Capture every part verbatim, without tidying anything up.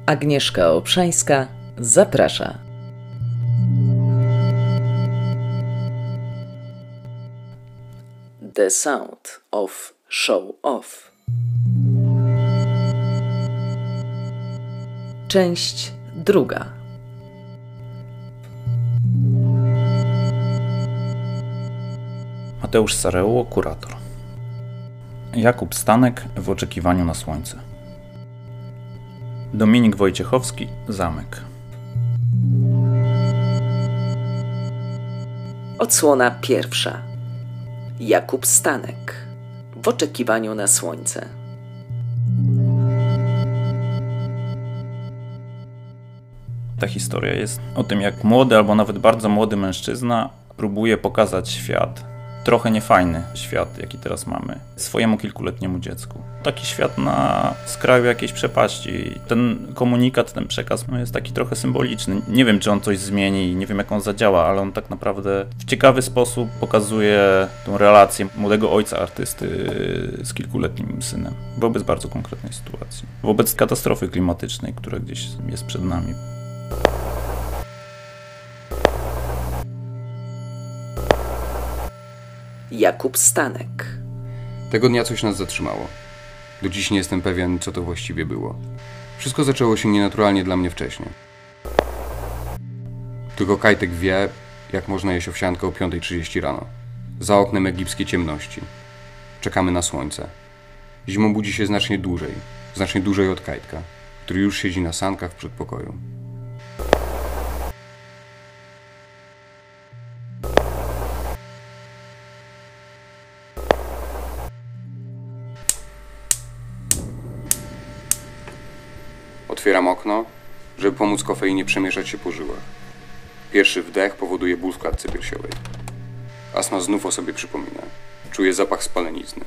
Agnieszka Obszańska zaprasza. The Sound of Show Off. Część druga. Mateusz Sareuło, kurator. Jakub Stanek, W oczekiwaniu na słońce. Dominik Wojciechowski, Zamek. Odsłona pierwsza. Jakub Stanek, W oczekiwaniu na słońce. Ta historia jest o tym, jak młody albo nawet bardzo młody mężczyzna próbuje pokazać świat, trochę niefajny świat, jaki teraz mamy, swojemu kilkuletniemu dziecku. Taki świat na skraju jakiejś przepaści. Ten komunikat, ten przekaz no jest taki trochę symboliczny. Nie wiem, czy on coś zmieni, nie wiem, jak on zadziała, ale on tak naprawdę w ciekawy sposób pokazuje tą relację młodego ojca artysty z kilkuletnim synem wobec bardzo konkretnej sytuacji. Wobec katastrofy klimatycznej, która gdzieś jest przed nami. Jakub Stanek. Tego dnia coś nas zatrzymało. Do dziś nie jestem pewien, co to właściwie było. Wszystko zaczęło się nienaturalnie dla mnie wcześniej. Tylko Kajtek wie, jak można jeść owsiankę o piąta trzydzieści rano. Za oknem egipskie ciemności. Czekamy na słońce. Zimą budzi się znacznie dłużej. Znacznie dłużej od Kajtka, który już siedzi na sankach w przedpokoju. Otwieram okno, żeby pomóc kofeinie przemieszać się po żyłach. Pierwszy wdech powoduje ból w klatce piersiowej. Astma znów o sobie przypomina. Czuję zapach spalenizny.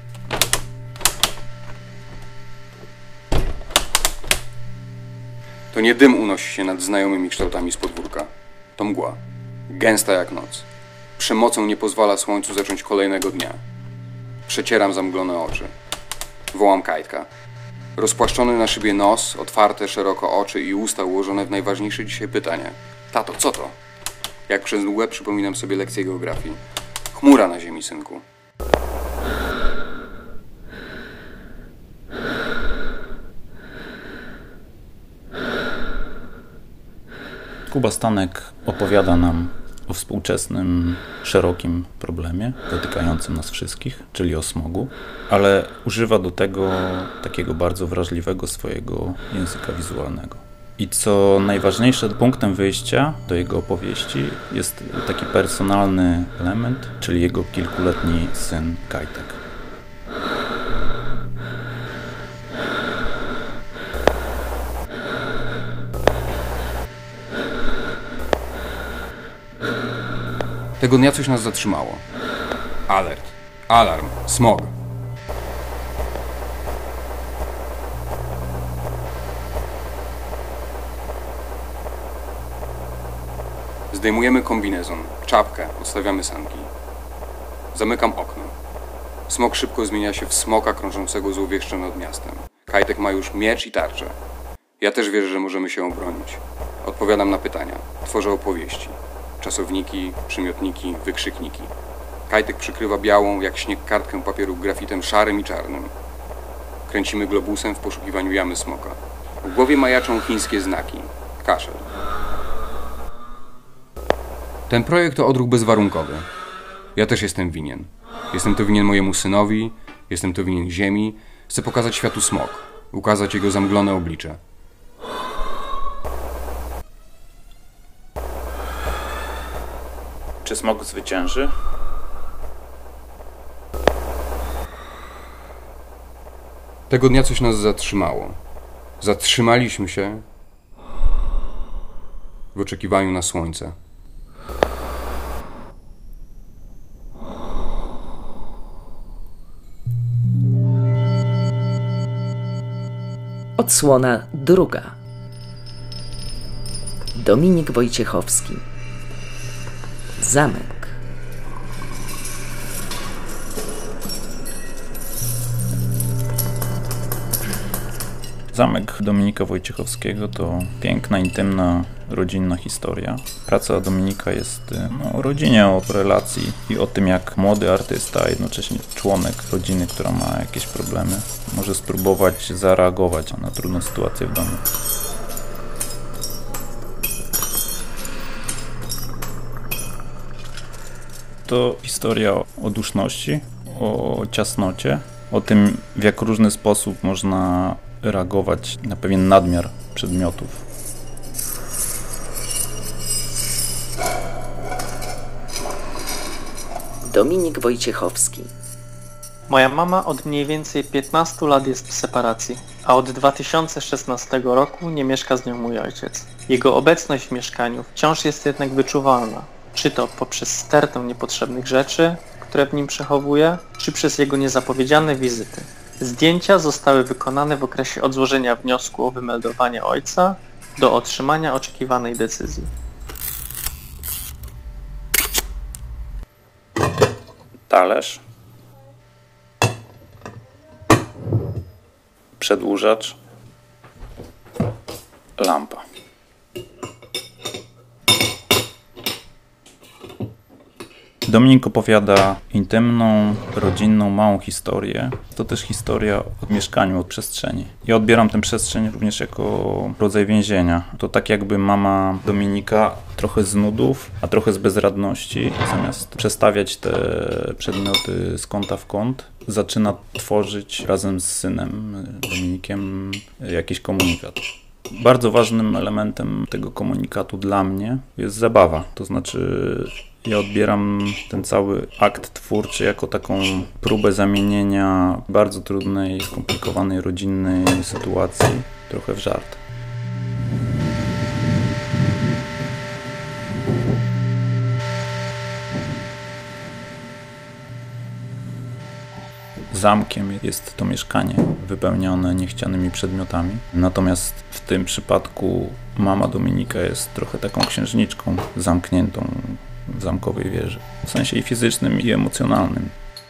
To nie dym unosi się nad znajomymi kształtami z podwórka. To mgła. Gęsta jak noc. Przemocą nie pozwala słońcu zacząć kolejnego dnia. Przecieram zamglone oczy. Wołam Kajtka. Rozpłaszczony na szybie nos, otwarte szeroko oczy i usta ułożone w najważniejsze dzisiaj pytanie. Tato, co to? Jak przez mgłę przypominam sobie lekcję geografii. Chmura na ziemi, synku. Kuba Stanek opowiada nam o współczesnym, szerokim problemie dotykającym nas wszystkich, czyli o smogu, ale używa do tego takiego bardzo wrażliwego swojego języka wizualnego. I co najważniejsze, punktem wyjścia do jego opowieści jest taki personalny element, czyli jego kilkuletni syn Kajtek. Tego dnia coś nas zatrzymało. Alert. Alarm. Smog. Zdejmujemy kombinezon, czapkę, odstawiamy sanki. Zamykam okno. Smog szybko zmienia się w smoka krążącego złowieszcze nad miastem. Kajtek ma już miecz i tarczę. Ja też wierzę, że możemy się obronić. Odpowiadam na pytania. Tworzę opowieści. Czasowniki, przymiotniki, wykrzykniki. Kajtek przykrywa białą, jak śnieg, kartkę papieru grafitem szarym i czarnym. Kręcimy globusem w poszukiwaniu jamy smoka. W głowie majaczą chińskie znaki. Kaszel. Ten projekt to odruch bezwarunkowy. Ja też jestem winien. Jestem to winien mojemu synowi, jestem to winien ziemi. Chcę pokazać światu smok. Ukazać jego zamglone oblicze. Czy smog zwycięży? Tego dnia coś nas zatrzymało. Zatrzymaliśmy się w oczekiwaniu na słońce. Odsłona druga. Dominik Wojciechowski. Zamek. Zamek Zamek Dominika Wojciechowskiego to piękna, intymna, rodzinna historia. Praca Dominika jest no, o rodzinie, o relacji i o tym, jak młody artysta, a jednocześnie członek rodziny, która ma jakieś problemy, może spróbować zareagować na trudną sytuację w domu. To historia o duszności, o ciasnocie, o tym, w jak różny sposób można reagować na pewien nadmiar przedmiotów. Dominik Wojciechowski. Moja mama od mniej więcej piętnastu lat jest w separacji, a od dwa tysiące szesnastego roku nie mieszka z nią mój ojciec. Jego obecność w mieszkaniu wciąż jest jednak wyczuwalna, czy to poprzez stertę niepotrzebnych rzeczy, które w nim przechowuje, czy przez jego niezapowiedziane wizyty. Zdjęcia zostały wykonane w okresie od złożenia wniosku o wymeldowanie ojca do otrzymania oczekiwanej decyzji. Talerz, przedłużacz, lampa. Dominik opowiada intymną, rodzinną, małą historię. To też historia o mieszkaniu, o przestrzeni. Ja odbieram tę przestrzeń również jako rodzaj więzienia. To tak jakby mama Dominika trochę z nudów, a trochę z bezradności, zamiast przestawiać te przedmioty z kąta w kąt, zaczyna tworzyć razem z synem Dominikiem jakiś komunikat. Bardzo ważnym elementem tego komunikatu dla mnie jest zabawa. To znaczy ja odbieram ten cały akt twórczy jako taką próbę zamienienia bardzo trudnej, skomplikowanej rodzinnej sytuacji trochę w żart. Zamkiem jest to mieszkanie wypełnione niechcianymi przedmiotami. Natomiast w tym przypadku mama Dominika jest trochę taką księżniczką zamkniętą w zamkowej wieży. W sensie i fizycznym, i emocjonalnym.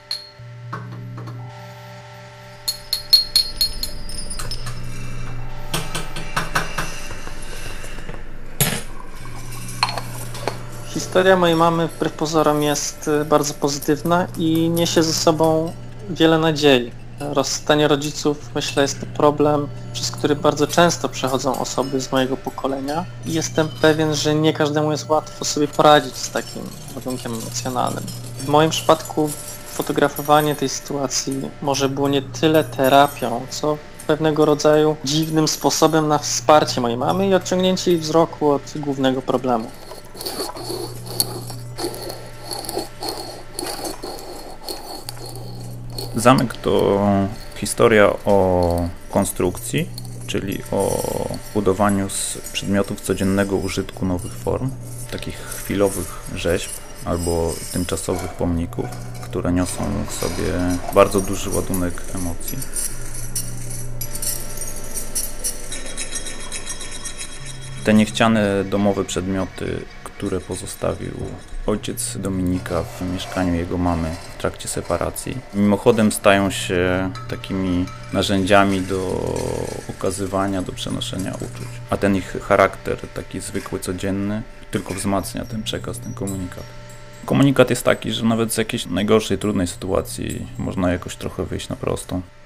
Historia mojej mamy wbrew pozorom jest bardzo pozytywna i niesie ze sobą wiele nadziei. Rozstanie rodziców, myślę, jest to problem, przez który bardzo często przechodzą osoby z mojego pokolenia i jestem pewien, że nie każdemu jest łatwo sobie poradzić z takim ładunkiem emocjonalnym. W moim przypadku fotografowanie tej sytuacji może było nie tyle terapią, co pewnego rodzaju dziwnym sposobem na wsparcie mojej mamy i odciągnięcie jej wzroku od głównego problemu. Zamek to historia o konstrukcji, czyli o budowaniu z przedmiotów codziennego użytku nowych form, takich chwilowych rzeźb albo tymczasowych pomników, które niosą w sobie bardzo duży ładunek emocji. Te niechciane domowe przedmioty, które pozostawił ojciec Dominika w mieszkaniu jego mamy w trakcie separacji, mimochodem stają się takimi narzędziami do ukazywania, do przenoszenia uczuć. A ten ich charakter, taki zwykły, codzienny, tylko wzmacnia ten przekaz, ten komunikat. Komunikat jest taki, że nawet z jakiejś najgorszej, trudnej sytuacji można jakoś trochę wyjść na prostą.